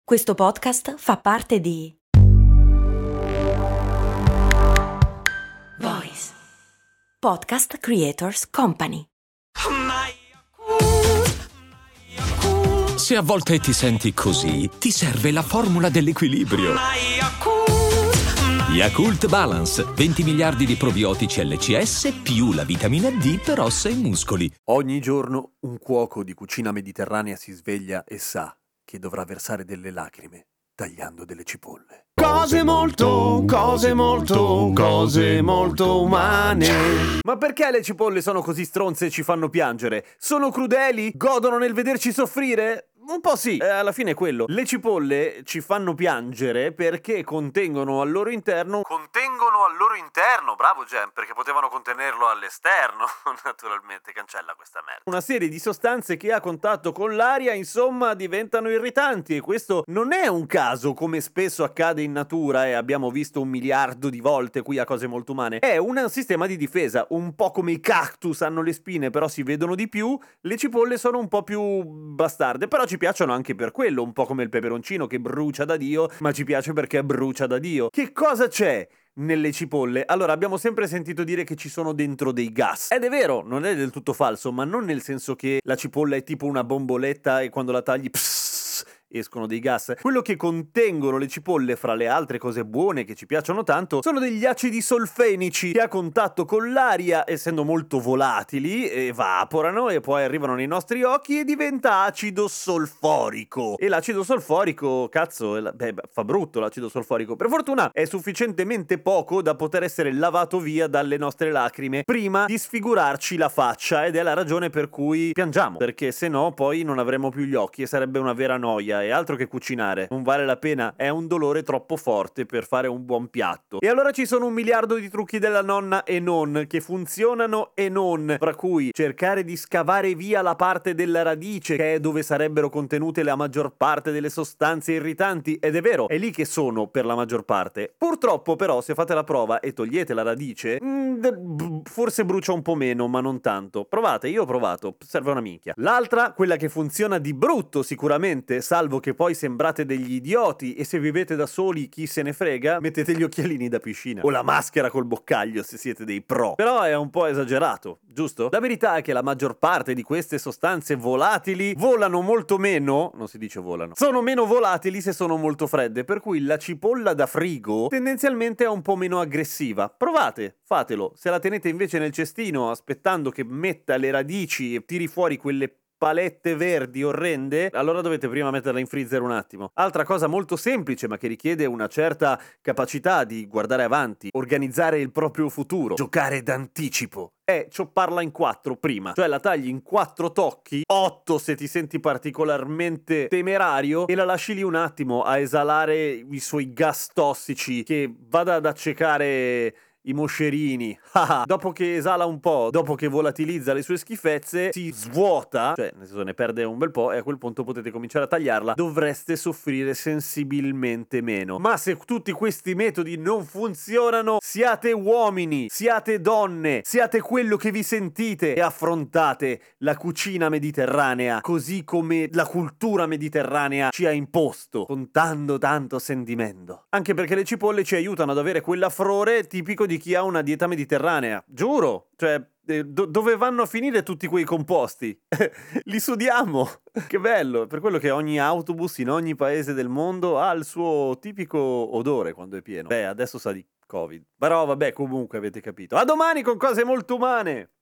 Questo podcast fa parte di Voice Podcast Creators Company. Se a volte ti senti così, ti serve la formula dell'equilibrio. Yakult Balance, 20 miliardi di probiotici LCS più la vitamina D per ossa e muscoli. Ogni giorno un cuoco di cucina mediterranea si sveglia e sa che dovrà versare delle lacrime tagliando delle cipolle. Cose molto umane. Ma perché le cipolle sono così stronze e ci fanno piangere? Sono crudeli? Godono nel vederci soffrire? Un po' sì, alla fine è quello. Le cipolle ci fanno piangere perché contengono al loro interno, bravo Gem, perché potevano contenerlo all'esterno, naturalmente, cancella questa merda. Una serie di sostanze che a contatto con l'aria, insomma, diventano irritanti, e questo non è un caso, come spesso accade in natura e abbiamo visto 1 miliardo di volte qui a Cose Molto Umane. È un sistema di difesa, un po' come i cactus hanno le spine però si vedono di più, le cipolle sono un po' più bastarde, però ci piacciono anche per quello, un po' come il peperoncino che brucia da Dio, ma ci piace perché brucia da Dio. Che cosa c'è nelle cipolle? Allora, abbiamo sempre sentito dire che ci sono dentro dei gas. Ed è vero, non è del tutto falso, ma non nel senso che la cipolla è tipo una bomboletta e quando la tagli escono dei gas. Quello che contengono le cipolle, fra le altre cose buone che ci piacciono tanto, sono degli acidi solfenici che a contatto con l'aria, essendo molto volatili, evaporano e poi arrivano nei nostri occhi e diventa acido solforico. E l'acido solforico, cazzo, fa brutto l'acido solforico. Per fortuna è sufficientemente poco da poter essere lavato via dalle nostre lacrime prima di sfigurarci la faccia, ed è la ragione per cui piangiamo, perché se no poi non avremo più gli occhi e sarebbe una vera noia. E altro che cucinare, non vale la pena, è un dolore troppo forte per fare un buon piatto. E allora ci sono 1 miliardo di trucchi della nonna e non, che funzionano e non, fra cui cercare di scavare via la parte della radice, che è dove sarebbero contenute la maggior parte delle sostanze irritanti, ed è vero, è lì che sono per la maggior parte. Purtroppo però se fate la prova e togliete la radice, forse brucia un po' meno, ma non tanto. Provate, io ho provato, serve una minchia. L'altra, quella che funziona di brutto sicuramente, salvo che poi sembrate degli idioti, e se vivete da soli chi se ne frega, mettete gli occhialini da piscina o la maschera col boccaglio se siete dei pro. Però è un po' esagerato, giusto? La verità è che la maggior parte di queste sostanze volatili volano molto meno, non si dice volano, sono meno volatili se sono molto fredde, per cui la cipolla da frigo tendenzialmente è un po' meno aggressiva. Provate, fatelo. Se la tenete invece nel cestino aspettando che metta le radici e tiri fuori quelle palette verdi orrende, allora dovete prima metterla in freezer un attimo. Altra cosa molto semplice ma che richiede una certa capacità di guardare avanti, organizzare il proprio futuro, giocare d'anticipo, è ciopparla in 4 prima. Cioè la tagli in 4 tocchi, 8 se ti senti particolarmente temerario, e la lasci lì un attimo a esalare i suoi gas tossici, che vada ad accecare i moscerini. Dopo che esala un po', dopo che volatilizza le sue schifezze, si svuota, cioè nel senso ne perde un bel po', e a quel punto potete cominciare a tagliarla. Dovreste soffrire sensibilmente meno. Ma se tutti questi metodi non funzionano, siate uomini, siate donne, siate quello che vi sentite e affrontate la cucina mediterranea così come la cultura mediterranea ci ha imposto, con tanto sentimento. Anche perché le cipolle ci aiutano ad avere quell'affrore tipico di chi ha una dieta mediterranea. Giuro, cioè dove vanno a finire tutti quei composti? Li sudiamo. Che bello, per quello che ogni autobus in ogni paese del mondo ha il suo tipico odore quando è pieno. Adesso sa di Covid. Però vabbè, comunque avete capito. A domani con Cose Molto Umane.